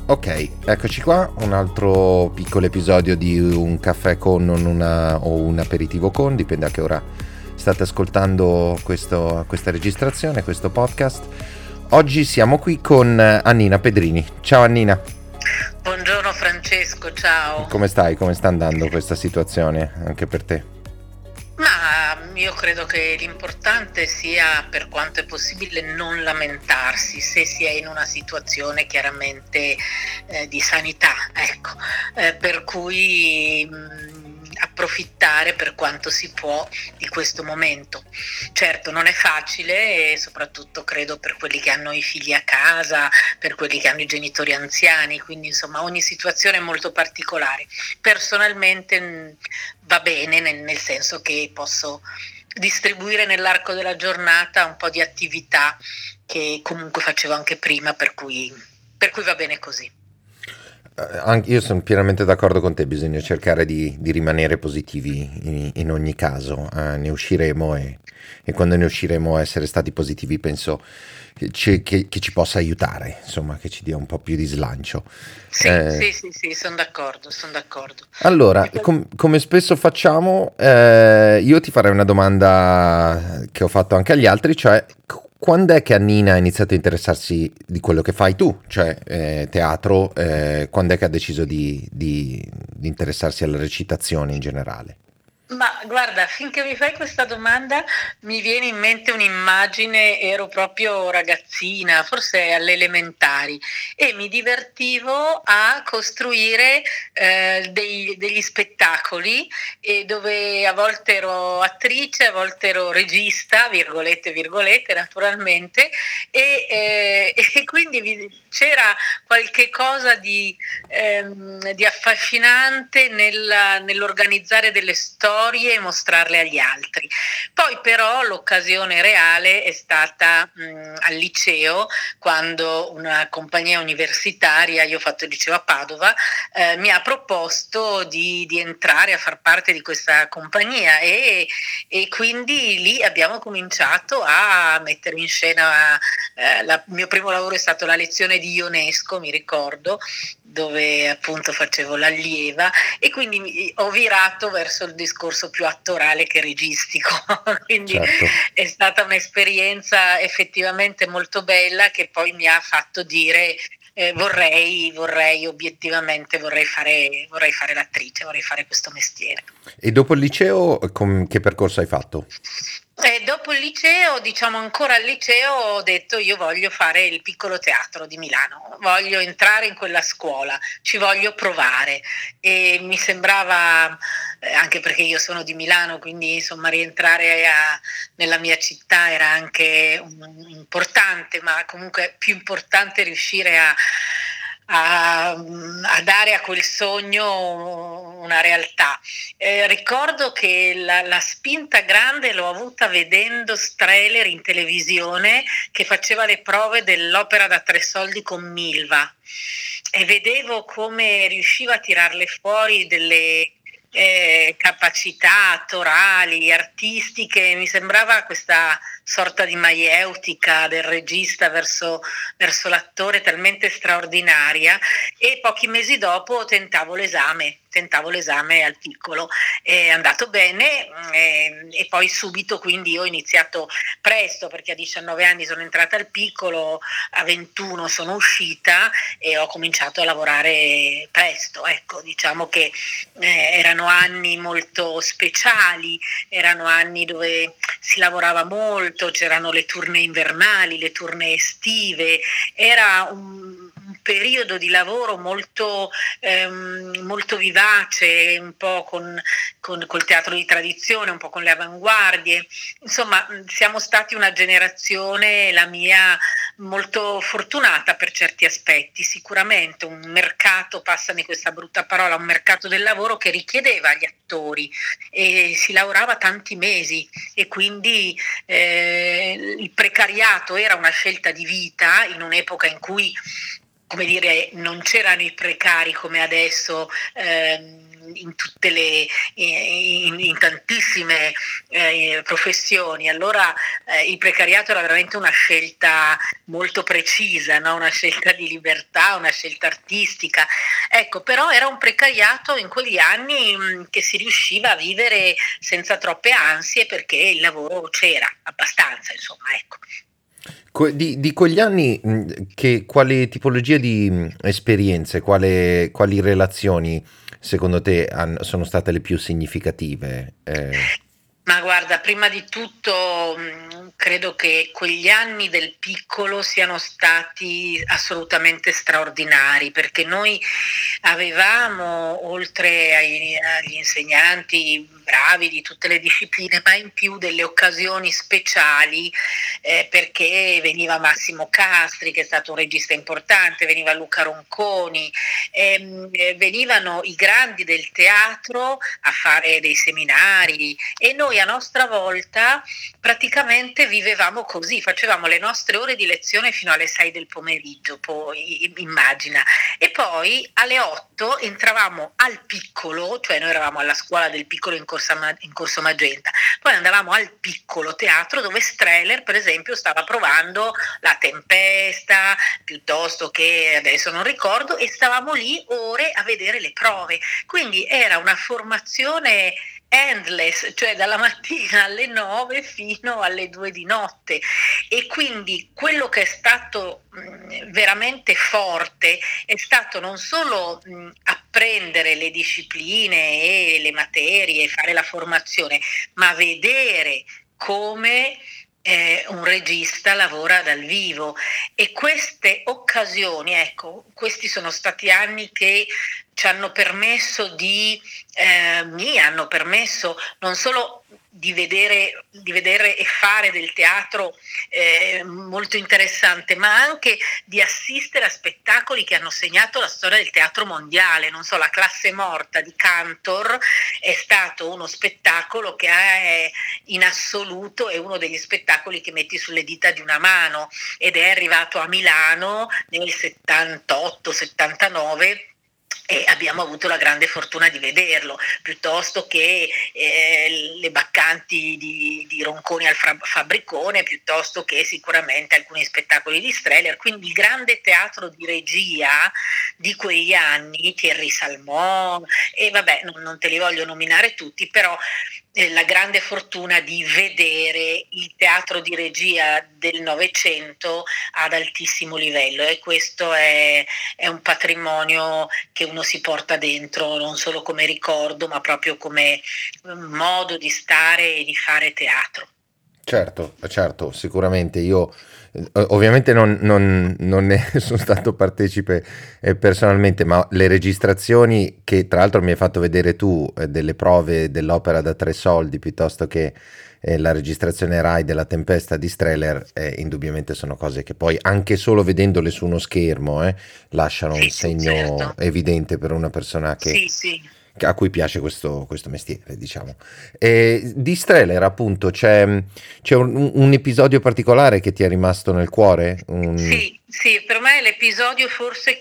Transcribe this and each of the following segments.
Ok, eccoci qua, un altro piccolo episodio di un caffè con o un aperitivo con, dipende a che ora state ascoltando questa registrazione, questo podcast. Oggi siamo qui con Annina Pedrini. Ciao Annina. Buongiorno Francesco, ciao. Come stai? Come sta andando questa situazione anche per te? Ma io credo che l'importante sia, per quanto è possibile, non lamentarsi se si è in una situazione chiaramente di sanità, ecco. Per cui approfittare per quanto si può di questo momento. Certo, non è facile e soprattutto credo per quelli che hanno i figli a casa, per quelli che hanno i genitori anziani, quindi insomma ogni situazione è molto particolare. Personalmente va bene, nel senso che posso distribuire nell'arco della giornata un po' di attività che comunque facevo anche prima, per cui va bene così. Io sono pienamente d'accordo con te, bisogna cercare di rimanere positivi in ogni caso. Ne usciremo e quando ne usciremo essere stati positivi penso che ci possa aiutare, insomma, che ci dia un po' più di slancio. Sì, Eh, sì, sì, sì, sono d'accordo, sono d'accordo. allora, E poi- come spesso facciamo, io ti farei una domanda che ho fatto anche agli altri, cioè quando è che Annina ha iniziato a interessarsi di quello che fai tu, cioè teatro, quando è che ha deciso di interessarsi alla recitazione in generale? Ma guarda, finché mi fai questa domanda mi viene in mente un'immagine, ero proprio ragazzina, forse alle elementari, e mi divertivo a costruire degli spettacoli e dove a volte ero attrice, a volte ero regista, virgolette, virgolette, naturalmente, e quindi c'era qualche cosa di affascinante nell'organizzare delle storie e mostrarle agli altri. Poi però l'occasione reale è stata al liceo, quando una compagnia universitaria, io ho fatto il liceo a Padova, mi ha proposto di entrare a far parte di questa compagnia e quindi lì abbiamo cominciato a mettere in scena, il mio primo lavoro è stato la lezione di Ionesco, mi ricordo, dove appunto facevo l'allieva e quindi ho virato verso il discorso più attorale che registico, quindi Certo. è stata un'esperienza effettivamente molto bella che poi mi ha fatto dire vorrei obiettivamente, vorrei fare l'attrice, vorrei fare questo mestiere. E dopo il liceo, che percorso hai fatto? E dopo il liceo, diciamo ancora al liceo, ho detto io voglio fare il piccolo teatro di Milano, voglio entrare in quella scuola, ci voglio provare e mi sembrava, anche perché io sono di Milano, quindi insomma rientrare nella mia città era anche importante, ma comunque più importante riuscire a dare a quel sogno una realtà. Ricordo che la spinta grande l'ho avuta vedendo Strehler in televisione che faceva le prove dell'opera da tre soldi con Milva e vedevo come riusciva a tirarle fuori delle capacità attorali, artistiche, mi sembrava questa sorta di maieutica del regista verso l'attore talmente straordinaria e pochi mesi dopo tentavo l'esame al piccolo, è andato bene e poi subito quindi io ho iniziato presto perché a 19 anni sono entrata al piccolo, a 21 sono uscita e ho cominciato a lavorare presto, ecco diciamo che erano anni molto speciali, erano anni dove si lavorava molto, c'erano le tournée invernali, le tournée estive, era un periodo di lavoro molto vivace, un po' col teatro di tradizione, un po' con le avanguardie. Insomma, siamo stati una generazione, la mia, molto fortunata per certi aspetti, sicuramente un mercato, passami questa brutta parola, un mercato del lavoro che richiedeva agli attori e si lavorava tanti mesi e quindi il precariato era una scelta di vita in un'epoca in cui come dire, non c'erano i precari come adesso, in tutte in tantissime professioni. Allora il precariato era veramente una scelta molto precisa, no? Una scelta di libertà, una scelta artistica. Ecco, però era un precariato in quegli anni che si riusciva a vivere senza troppe ansie perché il lavoro c'era abbastanza, insomma, ecco. Di quegli anni, quale tipologia di esperienze, quali relazioni secondo te sono state le più significative? Ma guarda, prima di tutto credo che quegli anni del piccolo siano stati assolutamente straordinari, perché noi avevamo, oltre agli insegnanti bravi di tutte le discipline, ma in più delle occasioni speciali, perché veniva Massimo Castri, che è stato un regista importante, veniva Luca Ronconi, venivano i grandi del teatro a fare dei seminari e noi a nostra volta praticamente vivevamo così, facevamo le nostre ore di lezione fino alle 6 del pomeriggio, poi immagina, e poi alle 8 entravamo al piccolo, cioè noi eravamo alla scuola del piccolo in Corso Magenta, poi andavamo al piccolo teatro dove Strehler per esempio stava provando La Tempesta, piuttosto che adesso non ricordo, e stavamo lì ore a vedere le prove, quindi era una formazione endless, cioè dalla mattina alle 9 fino alle 2 di notte, e quindi quello che è stato veramente forte è stato non solo apprendere le discipline e le materie, fare la formazione, ma vedere come un regista lavora dal vivo, e queste occasioni, ecco, questi sono stati anni che ci hanno permesso mi hanno permesso non solo di vedere e fare del teatro molto interessante, ma anche di assistere a spettacoli che hanno segnato la storia del teatro mondiale. Non so, La classe morta di Cantor è stato uno spettacolo che è in assoluto è uno degli spettacoli che metti sulle dita di una mano, ed è arrivato a Milano nel 78-79 e abbiamo avuto la grande fortuna di vederlo, piuttosto che le baccanti di Ronconi al Fabbricone, piuttosto che sicuramente alcuni spettacoli di Strehler. Quindi il grande teatro di regia di quegli anni, Thierry Salmon, e vabbè, non te li voglio nominare tutti, però la grande fortuna di vedere il teatro di regia del Novecento ad altissimo livello, e questo è un patrimonio che uno si porta dentro non solo come ricordo, ma proprio come modo di stare e di fare teatro. Certo, certo, sicuramente io ovviamente non ne sono stato partecipe personalmente, ma le registrazioni che tra l'altro mi hai fatto vedere tu delle prove dell'opera da tre soldi piuttosto che la registrazione Rai della Tempesta di Strehler, indubbiamente sono cose che poi anche solo vedendole su uno schermo lasciano un Sì, sì, segno certo. evidente per una persona Sì, sì. a cui piace questo mestiere, diciamo. E di Strehler, appunto, c'è un episodio particolare che ti è rimasto nel cuore? Sì, sì, per me è l'episodio forse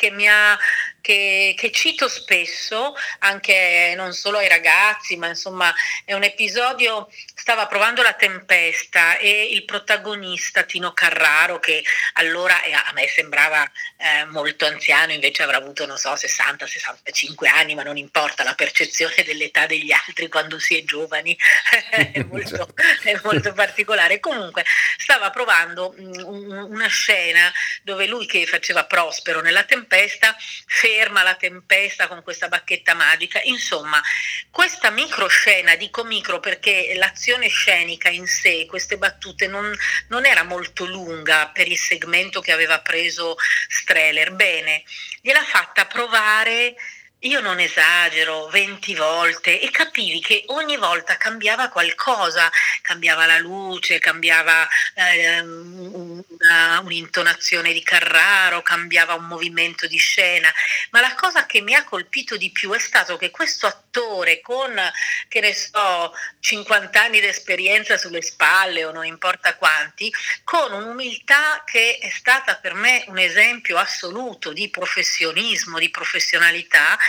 che cito spesso, anche non solo ai ragazzi, ma insomma è un episodio, stava provando La Tempesta e il protagonista Tino Carraro, che allora a me sembrava molto anziano, invece avrà avuto, non so, 60-65 anni, ma non importa, la percezione dell'età degli altri quando si è giovani è molto particolare. Comunque stava provando una scena dove lui, che faceva Prospero nella Tempesta, ferma la tempesta con questa bacchetta magica. Insomma, questa microscena, dico micro perché l'azione scenica in sé, queste battute, non era molto lunga per il segmento che aveva preso Strehler. Bene, gliel'ha fatta provare, io non esagero, 20 volte, e capivi che ogni volta cambiava qualcosa, cambiava la luce, cambiava un'intonazione di Carraro, cambiava un movimento di scena, ma la cosa che mi ha colpito di più è stato che questo attore con, che ne so, 50 anni di esperienza sulle spalle o non importa quanti, con un'umiltà che è stata per me un esempio assoluto di professionismo, di professionalità,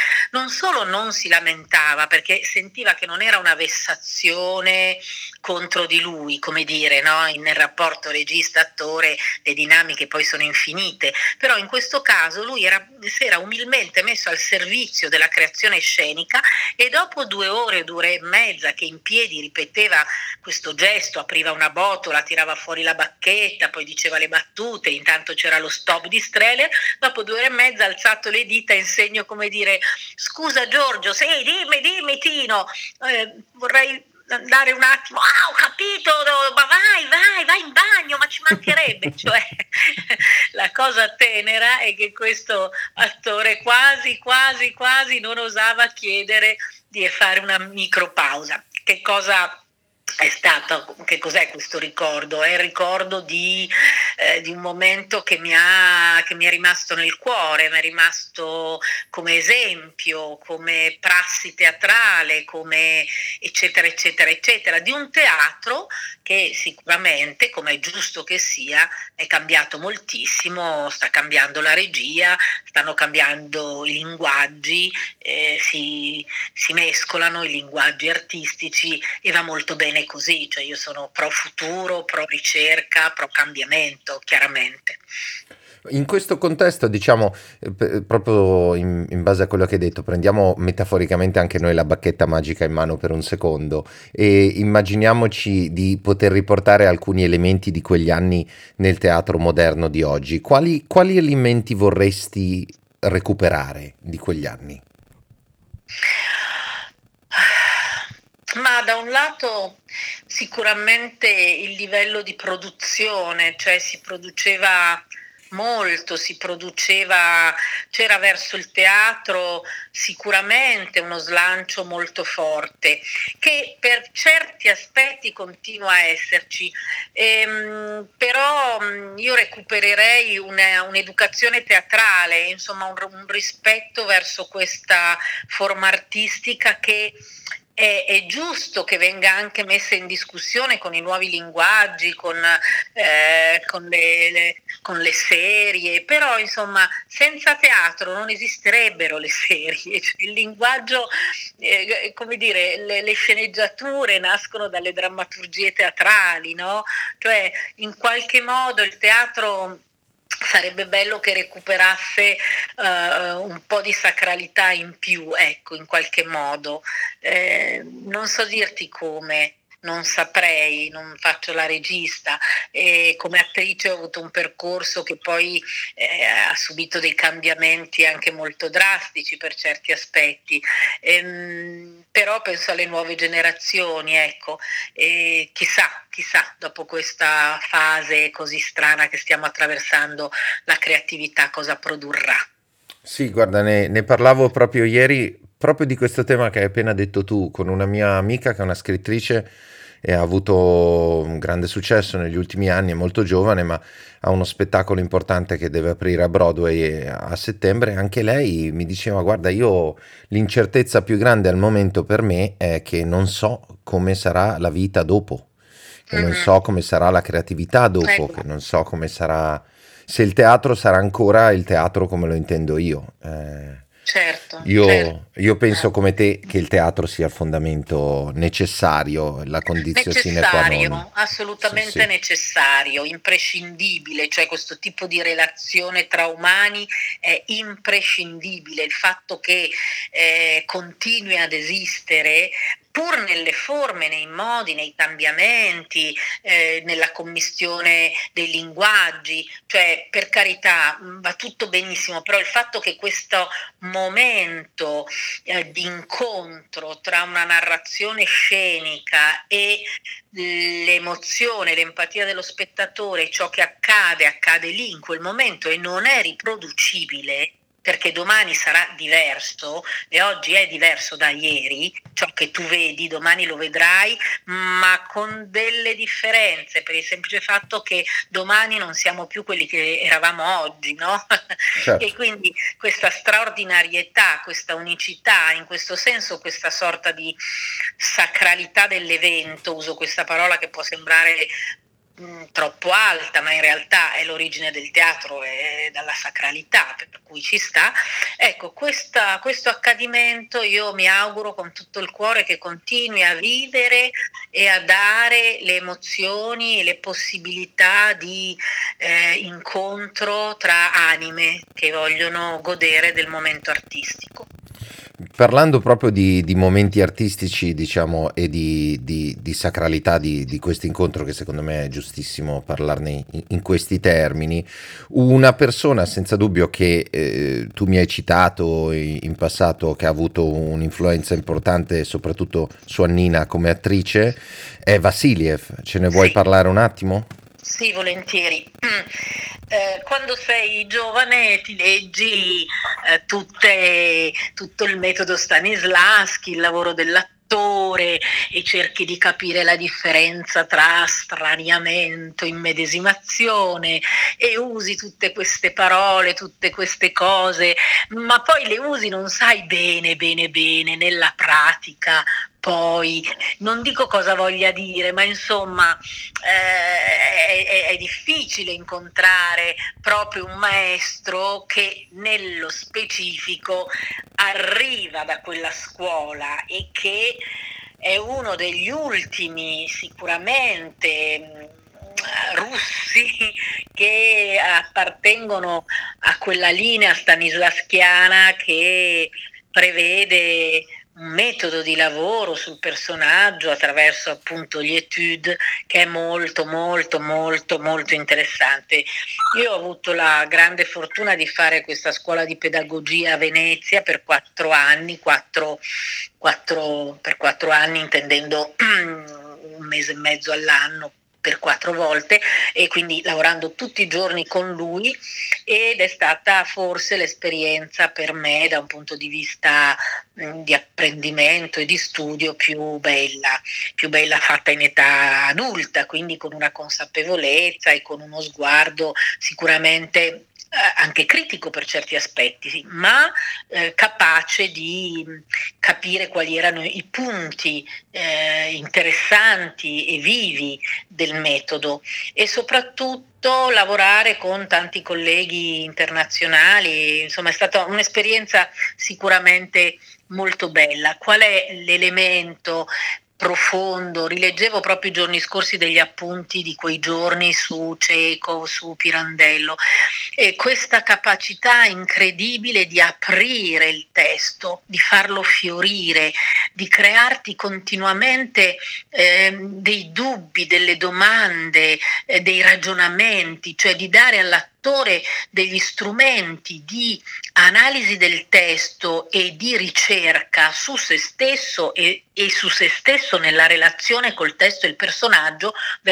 non solo non si lamentava perché sentiva che non era una vessazione contro di lui, come dire, no? Nel rapporto regista-attore le dinamiche poi sono infinite, però in questo caso lui si era umilmente messo al servizio della creazione scenica e dopo 2 ore, 2 ore e mezza che in piedi ripeteva questo gesto, apriva una botola, tirava fuori la bacchetta, poi diceva le battute, intanto c'era lo stop di Streller, dopo 2 ore e mezza ha alzato le dita in segno come dire scusa Giorgio, sì dimmi Tino, vorrei andare un attimo, ho capito, ma vai in bagno, ma ci mancherebbe, cioè la cosa tenera è che questo attore quasi non osava chiedere di fare una micropausa. Che cosa è stato, che cos'è questo ricordo? È il ricordo di un momento che mi è rimasto nel cuore, mi è rimasto come esempio, come prassi teatrale, come eccetera, eccetera, eccetera, di un teatro che sicuramente, come è giusto che sia, è cambiato moltissimo, sta cambiando la regia, stanno cambiando i linguaggi, si mescolano i linguaggi artistici e va molto bene così, cioè io sono pro futuro, pro ricerca, pro cambiamento, chiaramente. In questo contesto, diciamo, proprio in base a quello che hai detto, prendiamo metaforicamente anche noi la bacchetta magica in mano per un secondo e immaginiamoci di poter riportare alcuni elementi di quegli anni nel teatro moderno di oggi. Quali elementi vorresti recuperare di quegli anni? Ma da un lato sicuramente il livello di produzione, cioè si produceva molto, c'era verso il teatro sicuramente uno slancio molto forte, che per certi aspetti continua a esserci, però io recupererei un'educazione teatrale, insomma un rispetto verso questa forma artistica che è giusto che venga anche messa in discussione con i nuovi linguaggi, con le serie, però insomma senza teatro non esisterebbero le serie, cioè, il linguaggio, come dire, le sceneggiature nascono dalle drammaturgie teatrali, no? Cioè in qualche modo il teatro sarebbe bello che recuperasse un po' di sacralità in più, ecco, in qualche modo. Non so dirti come, non saprei, non faccio la regista. Come attrice ho avuto un percorso che poi ha subito dei cambiamenti anche molto drastici per certi aspetti. Però penso alle nuove generazioni, ecco, e chissà, dopo questa fase così strana che stiamo attraversando, la creatività cosa produrrà. Sì, guarda, ne parlavo proprio ieri, proprio di questo tema che hai appena detto tu, con una mia amica che è una scrittrice e ha avuto un grande successo negli ultimi anni, è molto giovane, ma ha uno spettacolo importante che deve aprire a Broadway a settembre. Anche lei mi diceva, guarda, io l'incertezza più grande al momento per me è che non so come sarà la vita dopo, che non Mhm. so come sarà la creatività dopo, che non so come sarà, se il teatro sarà ancora il teatro come lo intendo io. Certo, certo. Io penso come te che il teatro sia il fondamento necessario, la condizio sine qua non. Necessario, Sì, assolutamente sì. necessario, imprescindibile, cioè questo tipo di relazione tra umani è imprescindibile. Il fatto che continui ad esistere pur nelle forme, nei modi, nei cambiamenti, nella commistione dei linguaggi, cioè per carità va tutto benissimo, però il fatto che questo momento di incontro tra una narrazione scenica e l'emozione, l'empatia dello spettatore, ciò che accade lì in quel momento e non è riproducibile perché domani sarà diverso e oggi è diverso da ieri, ciò che tu vedi domani lo vedrai, ma con delle differenze per il semplice fatto che domani non siamo più quelli che eravamo oggi, no? E Certo. quindi questa straordinarietà, questa unicità, in questo senso questa sorta di sacralità dell'evento, uso questa parola che può sembrare troppo alta, ma in realtà è l'origine del teatro, è dalla sacralità, per cui ci sta. Ecco, questo accadimento io mi auguro con tutto il cuore che continui a vivere e a dare le emozioni e le possibilità di incontro tra anime che vogliono godere del momento artistico. Parlando proprio di momenti artistici, diciamo, e di sacralità di questo incontro, che secondo me è giustissimo parlarne in questi termini, una persona senza dubbio che tu mi hai citato in passato, che ha avuto un'influenza importante soprattutto su Annina come attrice, è Vassiliev. Ce ne vuoi Sì. parlare un attimo? Sì, volentieri. Quando sei giovane ti leggi tutto il metodo Stanislavski, il lavoro dell'attore e cerchi di capire la differenza tra straniamento, immedesimazione e usi tutte queste parole, tutte queste cose, ma poi le usi non sai bene, bene, bene nella pratica. Poi non dico cosa voglia dire, ma insomma è difficile incontrare proprio un maestro che nello specifico arriva da quella scuola e che è uno degli ultimi sicuramente russi che appartengono a quella linea stanislavskiana che prevede un metodo di lavoro sul personaggio attraverso appunto gli études che è molto molto molto molto interessante. Io ho avuto la grande fortuna di fare questa scuola di pedagogia a Venezia per 4 anni, per 4 anni intendendo un mese e mezzo all'anno per 4 volte e quindi lavorando tutti i giorni con lui ed è stata forse l'esperienza per me da un punto di vista di apprendimento e di studio più bella fatta in età adulta, quindi con una consapevolezza e con uno sguardo sicuramente anche critico per certi aspetti, sì, ma capace di capire quali erano i punti interessanti e vivi del metodo e soprattutto lavorare con tanti colleghi internazionali, insomma è stata un'esperienza sicuramente molto bella. Qual è l'elemento profondo? Rileggevo proprio i giorni scorsi degli appunti di quei giorni su Chekhov, su Pirandello e questa capacità incredibile di aprire il testo, di farlo fiorire, di crearti continuamente dei dubbi, delle domande, dei ragionamenti, cioè di dare all'attore degli strumenti di analisi del testo e di ricerca su se stesso e su se stesso nella relazione col testo e il personaggio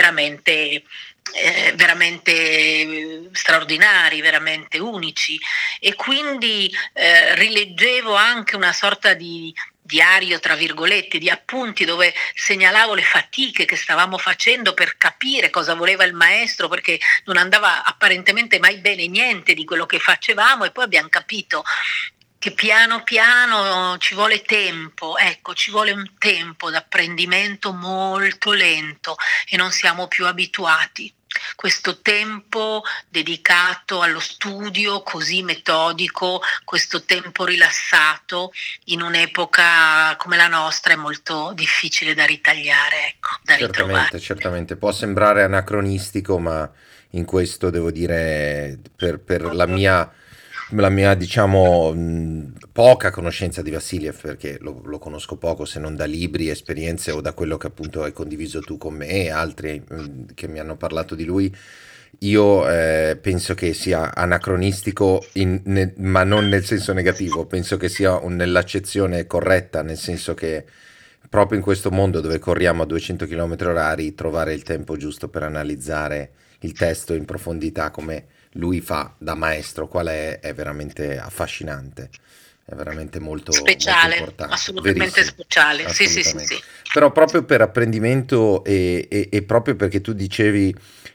veramente straordinari, veramente unici e quindi rileggevo anche una sorta di diario, tra virgolette, di appunti dove segnalavo le fatiche che stavamo facendo per capire cosa voleva il maestro, perché non andava apparentemente mai bene niente di quello che facevamo e poi abbiamo capito che piano piano ci vuole tempo, ecco, ci vuole un tempo d'apprendimento molto lento e non siamo più abituati. Questo tempo dedicato allo studio così metodico, questo tempo rilassato in un'epoca come la nostra è molto difficile da ritagliare, ecco, da ritrovare. Certamente, certamente. Può sembrare anacronistico, ma in questo devo dire, per la mia, diciamo, poca conoscenza di Vassiliev, perché lo conosco poco, se non da libri, esperienze o da quello che appunto hai condiviso tu con me e altri che mi hanno parlato di lui, io penso che sia anacronistico, ma non nel senso negativo, penso che sia nell'accezione corretta, nel senso che proprio in questo mondo dove corriamo a 200 km orari, trovare il tempo giusto per analizzare il testo in profondità come lui fa da maestro, qual è veramente affascinante, è veramente molto, molto Speciale, importante, assolutamente verissimo, speciale, sì, sì, sì, assolutamente. sì. Però proprio per apprendimento e proprio perché tu dicevi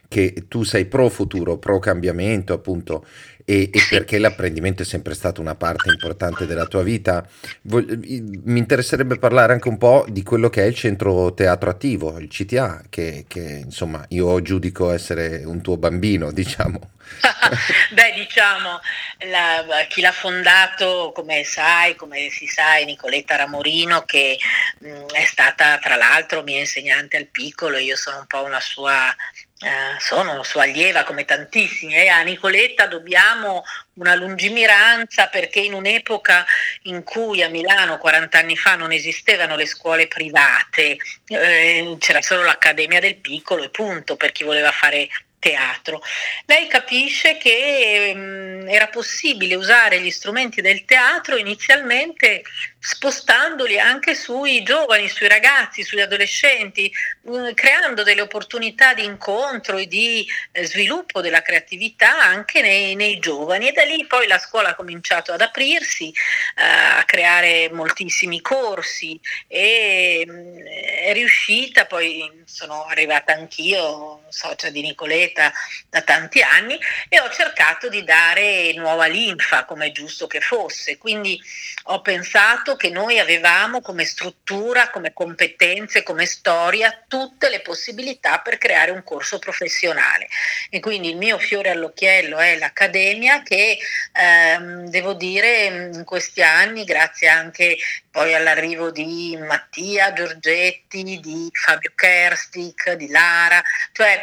che tu sei pro futuro, pro cambiamento, appunto, e Sì. perché l'apprendimento è sempre stata una parte importante della tua vita. Mi interesserebbe parlare anche un po' di quello che è il centro teatro attivo, il CTA, che insomma io giudico essere un tuo bambino, diciamo. Beh, diciamo, chi l'ha fondato, come sai, come si sa, è Nicoletta Ramorino, che è stata tra l'altro mia insegnante al piccolo. Io sono un po' sono sua allieva come tantissimi, e a Nicoletta dobbiamo una lungimiranza, perché in un'epoca in cui a Milano 40 anni fa non esistevano le scuole private, c'era solo l'Accademia del Piccolo e punto, per chi voleva fare teatro. Lei capisce che era possibile usare gli strumenti del teatro inizialmente spostandoli anche sui giovani, sui ragazzi, sugli adolescenti, creando delle opportunità di incontro e di sviluppo della creatività anche nei giovani. E da lì poi la scuola ha cominciato ad aprirsi, a creare moltissimi corsi, e è riuscita. Poi sono arrivata anch'io, socia di Nicoletta da tanti anni, e ho cercato di dare nuova linfa, come è giusto che fosse. Quindi ho pensato che noi avevamo come struttura, come competenze, come storia, tutte le possibilità per creare un corso professionale. E quindi il mio fiore all'occhiello è l'Accademia, che devo dire in questi anni, grazie anche poi all'arrivo di Mattia Giorgetti, di Fabio Kerstic, di Lara, cioè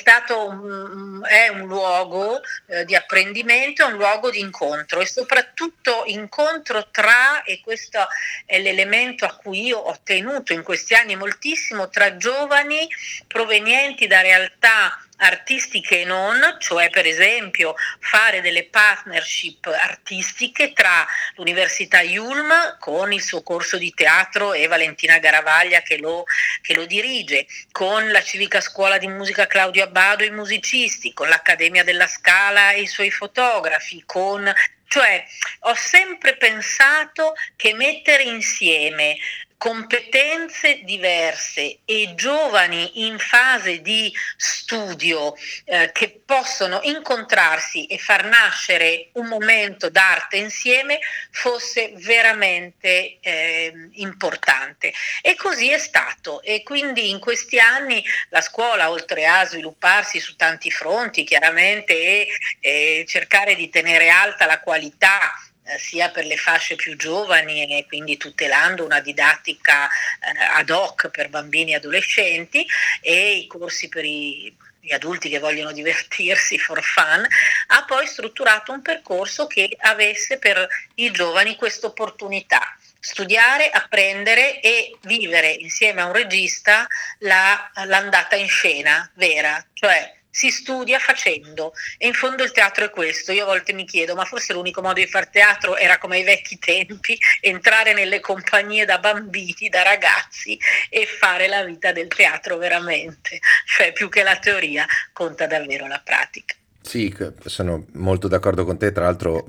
è un luogo di apprendimento, è un luogo di incontro, e soprattutto incontro tra, e questo è l'elemento a cui io ho tenuto in questi anni moltissimo, tra giovani provenienti da realtà artistiche e non, cioè per esempio fare delle partnership artistiche tra l'Università Yulm con il suo corso di teatro e Valentina Garavaglia che lo dirige, con la Civica Scuola di Musica Claudio Abbado e i musicisti, con l'Accademia della Scala e i suoi fotografi, cioè ho sempre pensato che mettere insieme competenze diverse e giovani in fase di studio che possono incontrarsi e far nascere un momento d'arte insieme fosse veramente importante. E così è stato, e quindi in questi anni la scuola, oltre a svilupparsi su tanti fronti chiaramente, e cercare di tenere alta la qualità sia per le fasce più giovani, e quindi tutelando una didattica ad hoc per bambini e adolescenti, e i corsi per gli adulti che vogliono divertirsi for fun, ha poi strutturato un percorso che avesse per i giovani questa opportunità: studiare, apprendere e vivere insieme a un regista l'andata in scena vera, cioè si studia facendo. E in fondo il teatro è questo. Io a volte mi chiedo, ma forse l'unico modo di fare teatro era come ai vecchi tempi, entrare nelle compagnie da bambini, da ragazzi, e fare la vita del teatro veramente. Cioè, più che la teoria, conta davvero la pratica. Sì, sono molto d'accordo con te. Tra l'altro,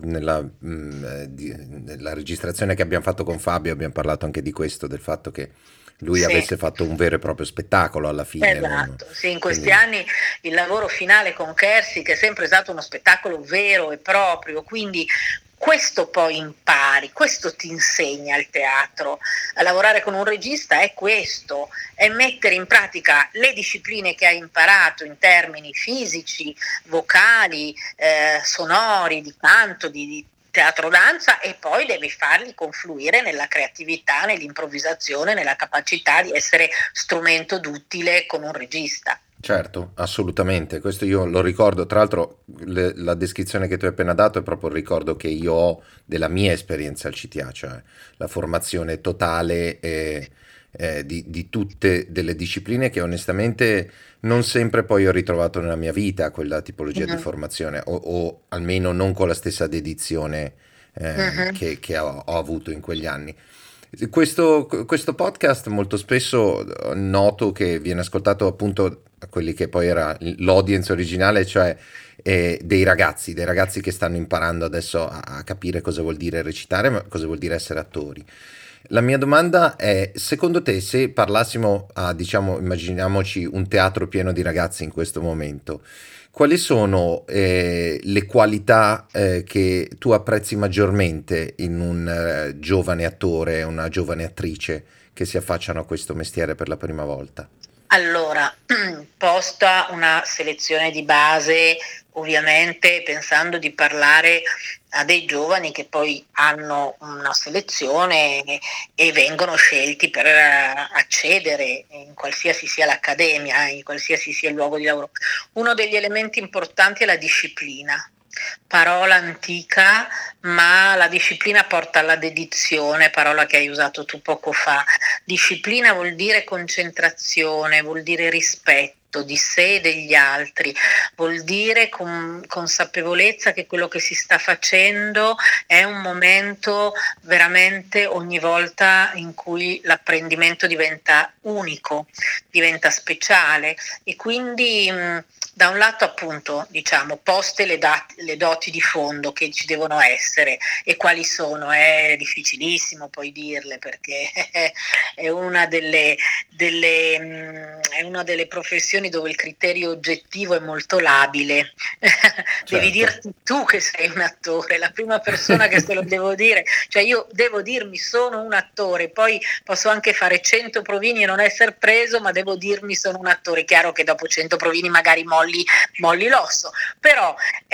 nella registrazione che abbiamo fatto con Fabio abbiamo parlato anche di questo, del fatto che lui Sì. avesse fatto un vero e proprio spettacolo alla fine, non- Esatto, sì, in questi quindi anni il lavoro finale con Kersi, che è sempre stato uno spettacolo vero e proprio, quindi questo poi impari, questo ti insegna il teatro. A lavorare con un regista è questo, è mettere in pratica le discipline che hai imparato in termini fisici, vocali, sonori, di canto, di teatro danza, e poi devi farli confluire nella creatività, nell'improvvisazione, nella capacità di essere strumento duttile con un regista. certo, assolutamente, questo io lo ricordo. Tra l'altro la descrizione che tu hai appena dato è proprio il ricordo che io ho della mia esperienza al CTA, cioè la formazione totale di tutte delle discipline che onestamente non sempre poi ho ritrovato nella mia vita quella tipologia di Mhm. formazione, o almeno non con la stessa dedizione Mhm. che ho avuto in quegli anni. Questo podcast molto spesso noto che viene ascoltato appunto a quelli che poi era l'audience originale, cioè dei ragazzi che stanno imparando adesso a capire cosa vuol dire recitare, ma cosa vuol dire essere attori. La mia domanda è, secondo te, se parlassimo a, diciamo, immaginiamoci un teatro pieno di ragazzi in questo momento, quali sono le qualità che tu apprezzi maggiormente in un giovane attore, una giovane attrice che si affacciano a questo mestiere per la prima volta? Allora, posta una selezione di base, ovviamente pensando di parlare a dei giovani che poi hanno una selezione e vengono scelti per accedere in qualsiasi sia l'accademia, in qualsiasi sia il luogo di lavoro. Uno degli elementi importanti è la disciplina. Parola antica, ma la disciplina porta alla dedizione, parola che hai usato tu poco fa. Disciplina vuol dire concentrazione, vuol dire rispetto di sé e degli altri, vuol dire consapevolezza che quello che si sta facendo è un momento veramente ogni volta in cui l'apprendimento diventa unico, diventa speciale e quindi da un lato appunto diciamo poste le doti di fondo che ci devono essere e quali sono, è difficilissimo poi dirle perché è è una delle professioni dove il criterio oggettivo è molto labile. Devi Certo. dirti tu che sei un attore, la prima persona che se lo devo dire, cioè io devo dirmi sono un attore, poi posso anche fare 100 provini e non essere preso, ma devo dirmi sono un attore. Chiaro che dopo 100 provini magari molli l'osso, però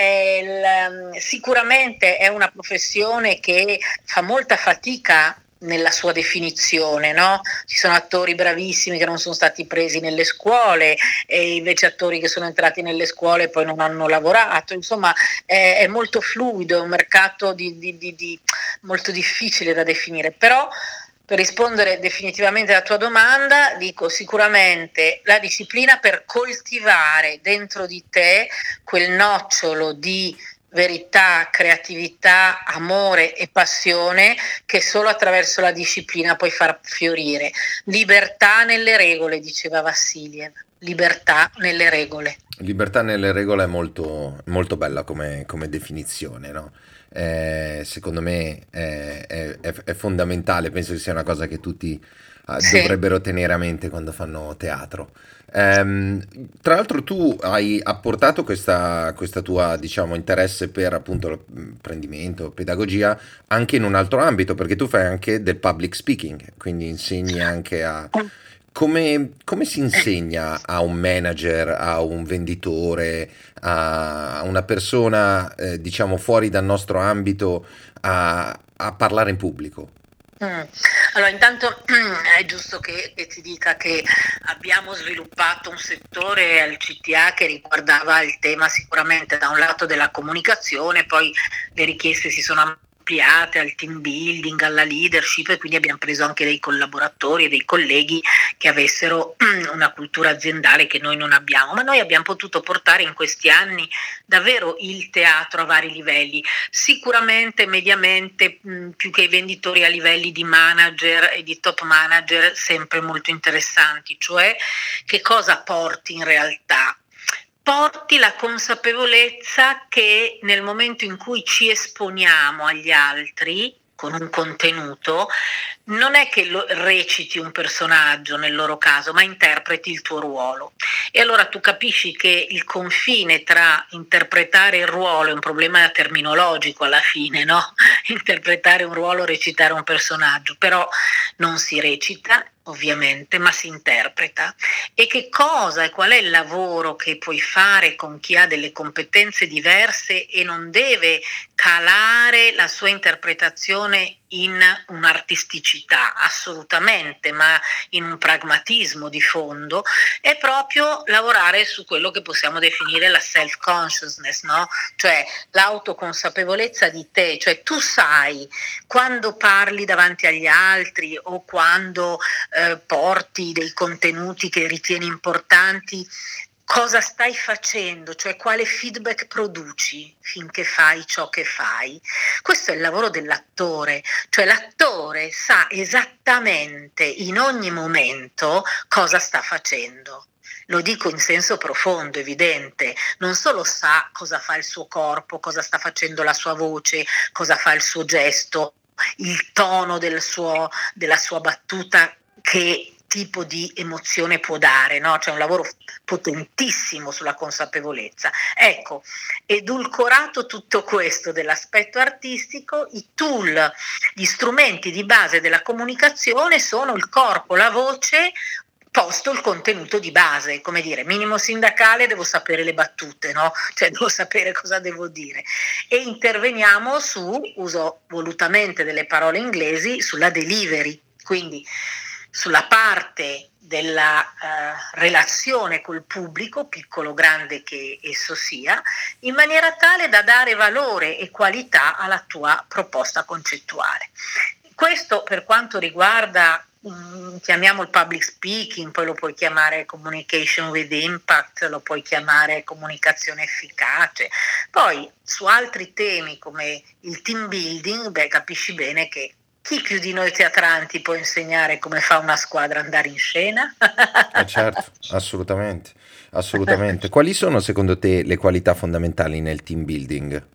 sicuramente è una professione che fa molta fatica nella sua definizione, no? Ci sono attori bravissimi che non sono stati presi nelle scuole e invece attori che sono entrati nelle scuole e poi non hanno lavorato, insomma è molto fluido, è un mercato molto difficile da definire, però per rispondere definitivamente alla tua domanda, dico sicuramente la disciplina per coltivare dentro di te quel nocciolo di verità, creatività, amore e passione che solo attraverso la disciplina puoi far fiorire. Libertà nelle regole, diceva Vassiliev. Libertà nelle regole. Libertà nelle regole è molto, molto bella come definizione, no? Secondo me è fondamentale, penso che sia una cosa che tutti Sì. dovrebbero tenere a mente quando fanno teatro. Ehm, Tra l'altro tu hai apportato questa tua, diciamo, interesse per appunto l'apprendimento, pedagogia, anche in un altro ambito, perché tu fai anche del public speaking, quindi insegni anche a come si insegna a un manager, a un venditore, a una persona, diciamo, fuori dal nostro ambito a parlare in pubblico? Mm. Allora, intanto è giusto che ti dica che abbiamo sviluppato un settore al CTA che riguardava il tema sicuramente da un lato della comunicazione, poi le richieste si sono ampliate al team building, alla leadership e quindi abbiamo preso anche dei collaboratori e dei colleghi che avessero una cultura aziendale che noi non abbiamo, ma noi abbiamo potuto portare in questi anni davvero il teatro a vari livelli. Sicuramente mediamente più che i venditori a livelli di manager e di top manager sempre molto interessanti, cioè che cosa porti in realtà? Porti la consapevolezza che nel momento in cui ci esponiamo agli altri con un contenuto, non è che reciti un personaggio nel loro caso, ma interpreti il tuo ruolo. E allora tu capisci che il confine tra interpretare il ruolo è un problema terminologico alla fine, no? Interpretare un ruolo, recitare un personaggio, però non si recita ovviamente, ma si interpreta. E che cosa e qual è il lavoro che puoi fare con chi ha delle competenze diverse e non deve calare la sua interpretazione in un'artisticità assolutamente, ma in un pragmatismo di fondo, è proprio lavorare su quello che possiamo definire la self-consciousness, no? Cioè l'autoconsapevolezza di te, cioè tu sai quando parli davanti agli altri o quando porti dei contenuti che ritieni importanti, cosa stai facendo, cioè quale feedback produci finché fai ciò che fai. Questo è il lavoro dell'attore, cioè l'attore sa esattamente in ogni momento cosa sta facendo. Lo dico in senso profondo, evidente, non solo sa cosa fa il suo corpo, cosa sta facendo la sua voce, cosa fa il suo gesto, il tono della sua battuta, che tipo di emozione può dare, no? C'è un lavoro potentissimo sulla consapevolezza. Ecco, edulcorato tutto questo dell'aspetto artistico, i tool, gli strumenti di base della comunicazione sono il corpo, la voce, posto il contenuto di base, come dire, minimo sindacale, devo sapere le battute, no? Cioè devo sapere cosa devo dire. E interveniamo uso volutamente delle parole inglesi, sulla delivery, quindi sulla parte della relazione col pubblico, piccolo o grande che esso sia, in maniera tale da dare valore e qualità alla tua proposta concettuale. Questo per quanto riguarda, chiamiamo il public speaking, poi lo puoi chiamare communication with impact, lo puoi chiamare comunicazione efficace. Poi su altri temi come il team building, capisci bene che chi più di noi teatranti può insegnare come fa una squadra andare in scena? Certo, assolutamente, assolutamente. Quali sono secondo te le qualità fondamentali nel team building?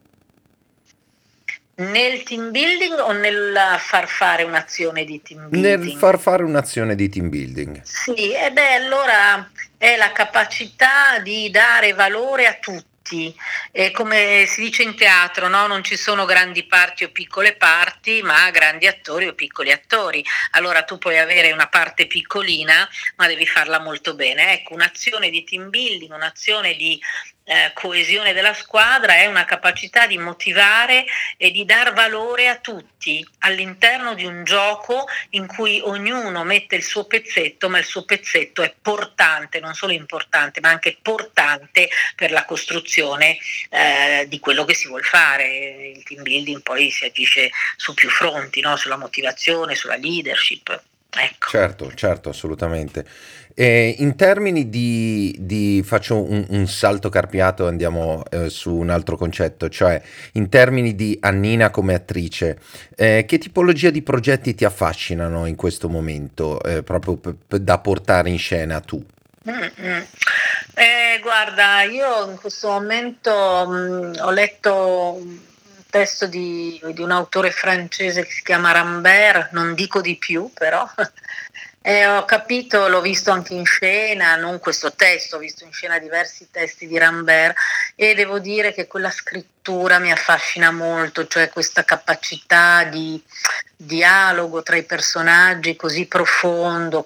Nel team building o nel far fare un'azione di team Nel building? far fare un'azione di team building. Sì, e allora è la capacità di dare valore a tutti. Come si dice in teatro, no? Non ci sono grandi parti o piccole parti, ma grandi attori o piccoli attori. Allora tu puoi avere una parte piccolina, ma devi farla molto bene. Ecco, un'azione di team building, un'azione di coesione della squadra è una capacità di motivare e di dar valore a tutti all'interno di un gioco in cui ognuno mette il suo pezzetto, ma il suo pezzetto è portante, non solo importante, ma anche portante per la costruzione di quello che si vuol fare. Il team building poi si agisce su più fronti, no? Sulla motivazione, sulla leadership. Ecco. Certo, certo, assolutamente. E in termini faccio un salto carpiato e andiamo su un altro concetto, cioè in termini di Annina come attrice, che tipologia di progetti ti affascinano in questo momento, proprio da portare in scena tu? Mm-mm. Guarda, io in questo momento ho letto un testo di un autore francese che si chiama Rambert, non dico di più però, e ho capito, l'ho visto anche in scena, non questo testo, ho visto in scena diversi testi di Rambert e devo dire che quella scrittura mi affascina molto, cioè questa capacità di dialogo tra i personaggi così profondo,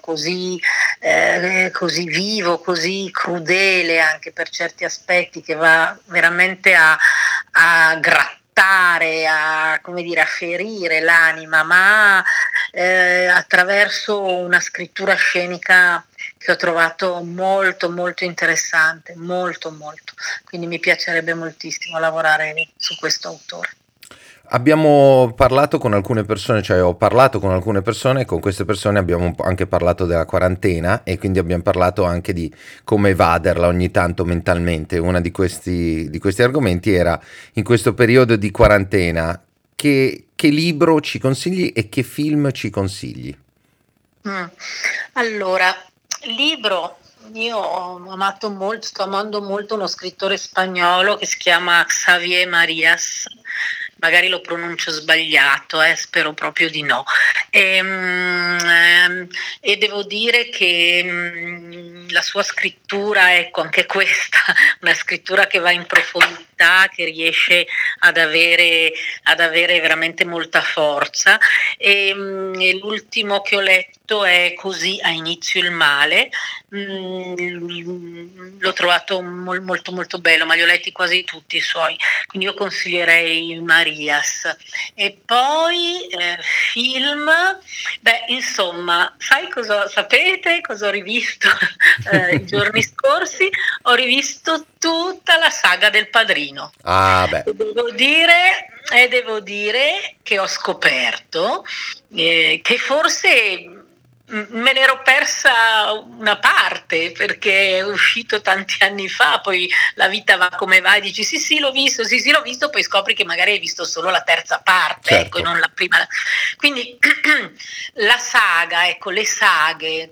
così vivo, così crudele anche per certi aspetti, che va veramente a grattare, a, come dire, a ferire l'anima, ma attraverso una scrittura scenica che ho trovato molto molto interessante, molto molto. Quindi mi piacerebbe moltissimo lavorare su questo autore. Abbiamo parlato con alcune persone, cioè ho parlato con alcune persone e con queste persone abbiamo anche parlato della quarantena e quindi abbiamo parlato anche di come evaderla ogni tanto mentalmente. Uno di questi argomenti era in questo periodo di quarantena che libro ci consigli e che film ci consigli? Mm. Allora, libro, io ho amato molto, sto amando molto uno scrittore spagnolo che si chiama Xavier Marias, magari lo pronuncio sbagliato, spero proprio di no. E devo dire che la sua scrittura, ecco, anche questa, una scrittura che va in profondità, che riesce ad avere veramente molta forza. E l'ultimo che ho letto è Così ha inizio il male. L'ho trovato molto molto bello, ma li ho letti quasi tutti i suoi, quindi io consiglierei Marias. E poi film, insomma, sapete cosa ho rivisto i giorni scorsi? Ho rivisto tutta la saga del Padrino. Ah, beh. Devo dire che ho scoperto che forse me ne ero persa una parte perché è uscito tanti anni fa, poi la vita va come va e dici sì sì l'ho visto, sì sì l'ho visto, poi scopri che magari hai visto solo la terza parte, ecco, e Certo. non la prima. Quindi la saga, ecco, le saghe,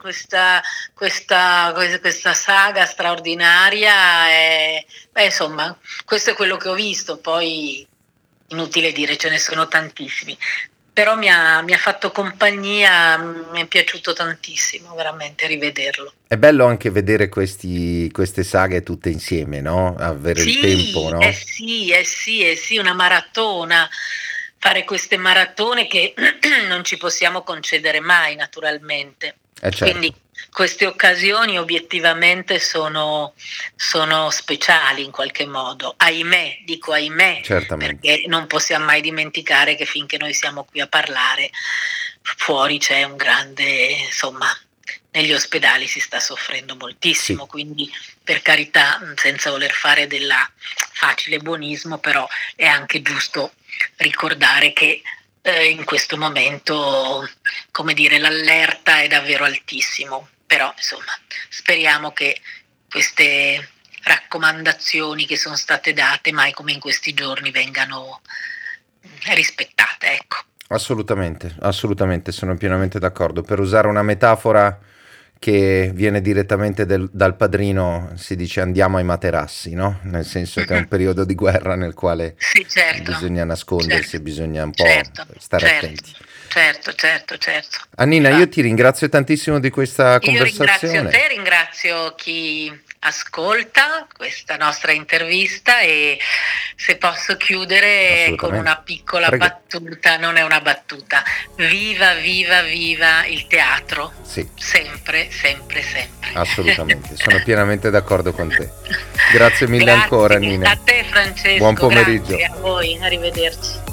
questa saga straordinaria è, insomma, questo è quello che ho visto, poi inutile dire, ce ne sono tantissimi. però mi ha fatto compagnia, mi è piaciuto tantissimo veramente rivederlo. È bello anche vedere queste saghe tutte insieme, no? Avere il tempo, Sì, no? sì, una maratona, fare queste maratone che non ci possiamo concedere mai naturalmente. Quindi Certo, queste occasioni obiettivamente sono speciali in qualche modo. Ahimè, dico ahimè, certamente. perché non possiamo mai dimenticare che finché noi siamo qui a parlare, fuori c'è un grande, insomma, negli ospedali si sta soffrendo Sì, moltissimo, quindi per carità, senza voler fare della facile buonismo, però è anche giusto ricordare che in questo momento, come dire, l'allerta è davvero altissimo, però insomma speriamo che queste raccomandazioni che sono state date mai come in questi giorni vengano rispettate, ecco. assolutamente, assolutamente, sono pienamente d'accordo. Per usare una metafora che viene direttamente dal padrino, si dice andiamo ai materassi, no? Nel senso che è un periodo di guerra nel quale Sì, certo, bisogna nascondersi certo, e bisogna un po' certo, stare certo, attenti. certo, certo, certo. Annina, io ti Infatti. ringrazio tantissimo di questa Io ringrazio conversazione. te, ringrazio chi ascolta questa nostra intervista e se posso chiudere con Assolutamente. una piccola Prego. battuta, non è una battuta, viva, viva, viva il teatro, Sì, sempre, sempre, sempre. assolutamente. Sono pienamente d'accordo con te. Grazie mille ancora, Grazie Nina. a te Buon Francesco, pomeriggio. grazie a voi, arrivederci.